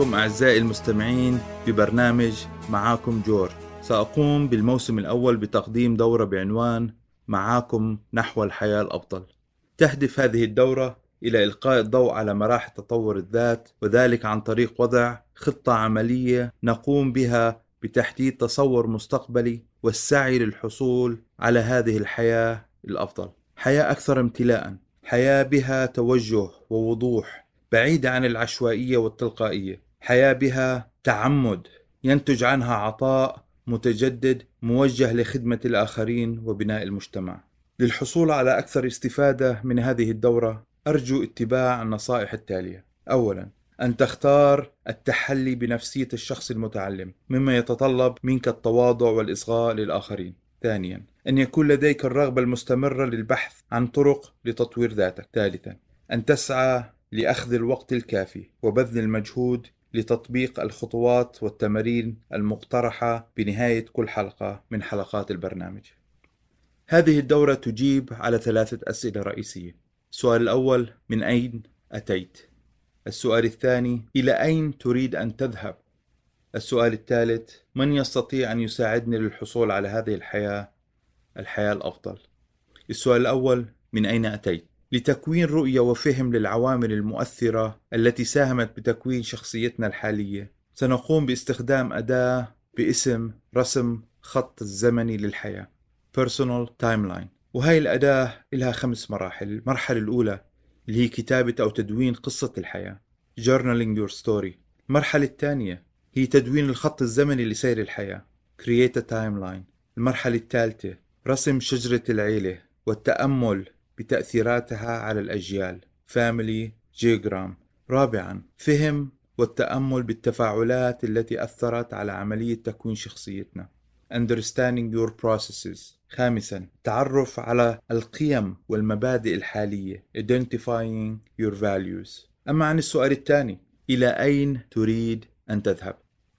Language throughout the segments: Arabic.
بكم أعزائي المستمعين ببرنامج معاكم جورج. سأقوم بالموسم الأول بتقديم دورة بعنوان معاكم نحو الحياة الأفضل. تهدف هذه الدورة إلى إلقاء الضوء على مراحل تطور الذات، وذلك عن طريق وضع خطة عملية نقوم بها بتحديد تصور مستقبلي والسعي للحصول على هذه الحياة الأفضل، حياة أكثر امتلاءً، حياة بها توجه ووضوح بعيدة عن العشوائية والتلقائية، حياة بها تعمد ينتج عنها عطاء متجدد موجه لخدمة الآخرين وبناء المجتمع. للحصول على أكثر استفادة من هذه الدورة أرجو اتباع النصائح التالية. أولاً، أن تختار التحلي بنفسية الشخص المتعلم، مما يتطلب منك التواضع والإصغاء للآخرين. ثانياً، أن يكون لديك الرغبة المستمرة للبحث عن طرق لتطوير ذاتك. ثالثاً، أن تسعى لأخذ الوقت الكافي وبذل المجهود لتطبيق الخطوات والتمارين المقترحة بنهاية كل حلقة من حلقات البرنامج. هذه الدورة تجيب على 3 أسئلة رئيسية. السؤال الأول: من أين أتيت؟ السؤال الثاني: إلى أين تريد أن تذهب؟ السؤال الثالث: من يستطيع أن يساعدني للحصول على هذه الحياة الأفضل؟ السؤال الأول: من أين أتيت؟ لتكوين رؤية وفهم للعوامل المؤثرة التي ساهمت بتكوين شخصيتنا الحالية، سنقوم باستخدام أداة باسم رسم خط الزمني للحياة Personal Timeline. وهي الأداة لها 5 مراحل. المرحلة الأولى اللي هي كتابة أو تدوين قصة الحياة Journaling Your Story. المرحلة الثانية هي تدوين الخط الزمني لسير الحياة Create a Timeline. المرحلة الثالثة رسم شجرة العيلة والتأمل بتأثيراتها على الأجيال Family Diagram. رابعاً، فهم والتأمل بالتفاعلات التي أثرت على عملية تكوين شخصيتنا Understanding Your Processes. خامساً، تعرف على القيم والمبادئ الحالية Identifying Your Values. أما عن السؤال الثاني: إلى أين تريد أن تذهب؟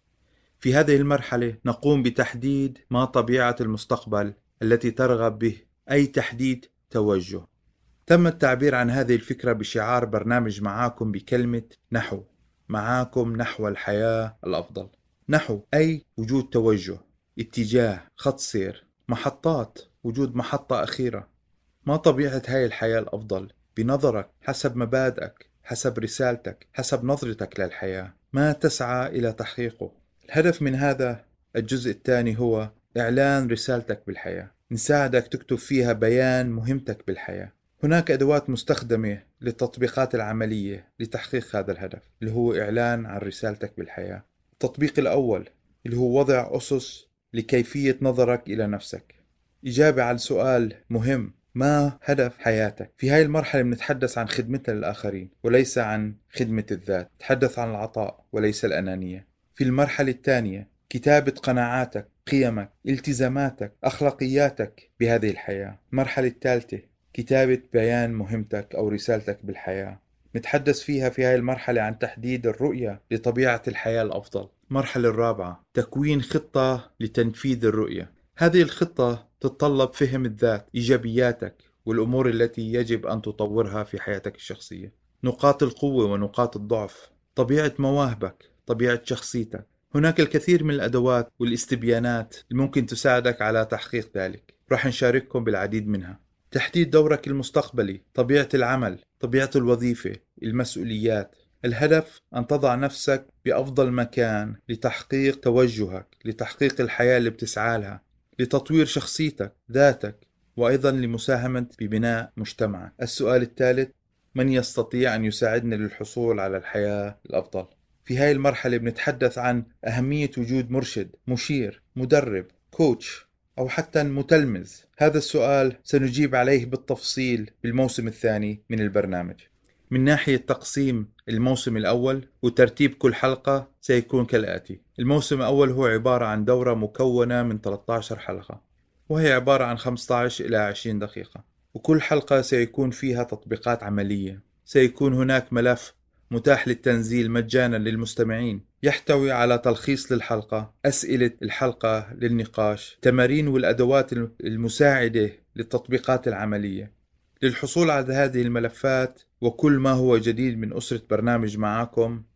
في هذه المرحلة نقوم بتحديد ما طبيعة المستقبل التي ترغب به، أي تحديد توجه. تم التعبير عن هذه الفكرة بشعار برنامج معاكم بكلمة نحو، معاكم نحو الحياة الأفضل. نحو أي وجود توجه، اتجاه، خط سير، محطات، وجود محطة أخيرة. ما طبيعة هاي الحياة الأفضل بنظرك، حسب مبادئك، حسب رسالتك، حسب نظرتك للحياة؟ ما تسعى إلى تحقيقه؟ الهدف من هذا الجزء الثاني هو إعلان رسالتك بالحياة. نساعدك تكتب فيها بيان مهمتك بالحياة. هناك أدوات مستخدمة للتطبيقات العملية لتحقيق هذا الهدف اللي هو إعلان عن رسالتك بالحياة. التطبيق الأول اللي هو وضع أسس لكيفية نظرك إلى نفسك. إجابة على سؤال مهم: ما هدف حياتك؟ في هاي المرحلة بنتحدث عن خدمتنا للآخرين وليس عن خدمة الذات. نتحدث عن العطاء وليس الأنانية. في المرحلة الثانية كتابة قناعاتك، قيمك، التزاماتك، أخلاقياتك بهذه الحياة. المرحلة الثالثة كتابة بيان مهمتك أو رسالتك بالحياة. نتحدث فيها في هذه المرحلة عن تحديد الرؤية لطبيعة الحياة الأفضل. المرحلة الرابعة تكوين خطة لتنفيذ الرؤية. هذه الخطة تتطلب فهم الذات، إيجابياتك، والأمور التي يجب أن تطورها في حياتك الشخصية، نقاط القوة ونقاط الضعف، طبيعة مواهبك، طبيعة شخصيتك. هناك الكثير من الأدوات والاستبيانات اللي ممكن تساعدك على تحقيق ذلك، راح نشارككم بالعديد منها. تحديد دورك المستقبلي، طبيعة العمل، طبيعة الوظيفة، المسؤوليات. الهدف أن تضع نفسك بأفضل مكان لتحقيق توجهك، لتحقيق الحياة اللي بتسعى لها، لتطوير شخصيتك، ذاتك، وأيضا لمساهمة ببناء مجتمعك. السؤال الثالث: من يستطيع أن يساعدني للحصول على الحياة الأفضل؟ في هاي المرحلة بنتحدث عن أهمية وجود مرشد، مشير، مدرب، كوتش، أو حتى متلمذ. هذا السؤال سنجيب عليه بالتفصيل بالموسم الثاني من البرنامج. من ناحية تقسيم الموسم الأول وترتيب كل حلقة سيكون كالآتي. الموسم الأول هو عبارة عن دورة مكونة من 13 حلقة، وهي عبارة عن 15 إلى 20 دقيقة، وكل حلقة سيكون فيها تطبيقات عملية. سيكون هناك ملف متاح للتنزيل مجانا للمستمعين، يحتوي على تلخيص للحلقة، أسئلة الحلقة للنقاش، تمارين والأدوات المساعدة للتطبيقات العملية. للحصول على هذه الملفات وكل ما هو جديد من أسرة برنامج معاكم،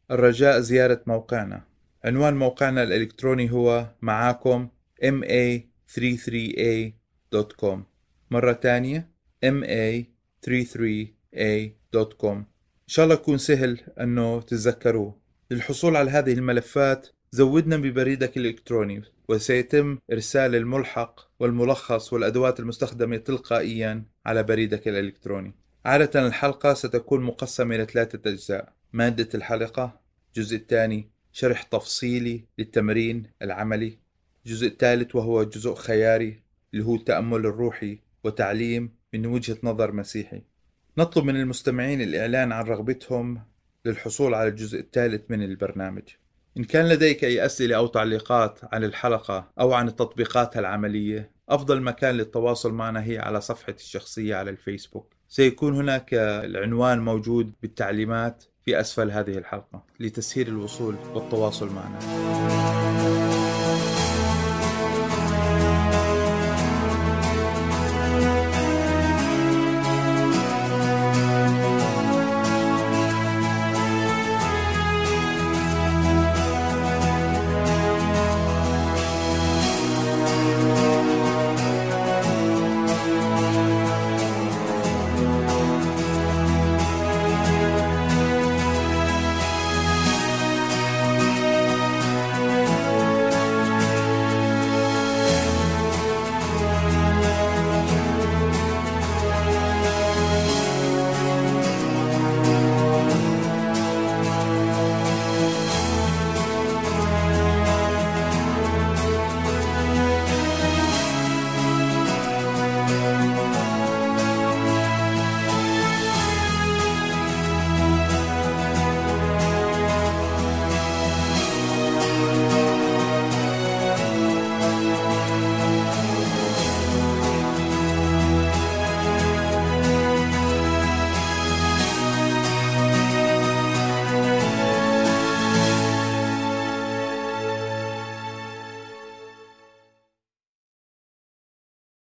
الرجاء زيارة موقعنا. عنوان موقعنا الإلكتروني هو معاكم ma33a.com. مرة تانية ma33a.com. إن شاء الله يكون سهل أنه تتذكروه. للحصول على هذه الملفات زودنا ببريدك الإلكتروني، وسيتم إرسال الملحق والملخص والأدوات المستخدمة تلقائيا على بريدك الإلكتروني. عادة الحلقة ستكون مقسمة إلى 3 أجزاء: مادة الحلقة، الجزء الثاني شرح تفصيلي للتمرين العملي، الجزء الثالث وهو جزء خياري اللي هو التأمل الروحي وتعليم من وجهة نظر مسيحي. نطلب من المستمعين الإعلان عن رغبتهم للحصول على الجزء الثالث من البرنامج. إن كان لديك أي أسئلة أو تعليقات عن الحلقة أو عن تطبيقاتها العملية، أفضل مكان للتواصل معنا هي على صفحتي الشخصية على الفيسبوك. سيكون هناك العنوان موجود بالتعليمات في أسفل هذه الحلقة لتسهيل الوصول والتواصل معنا.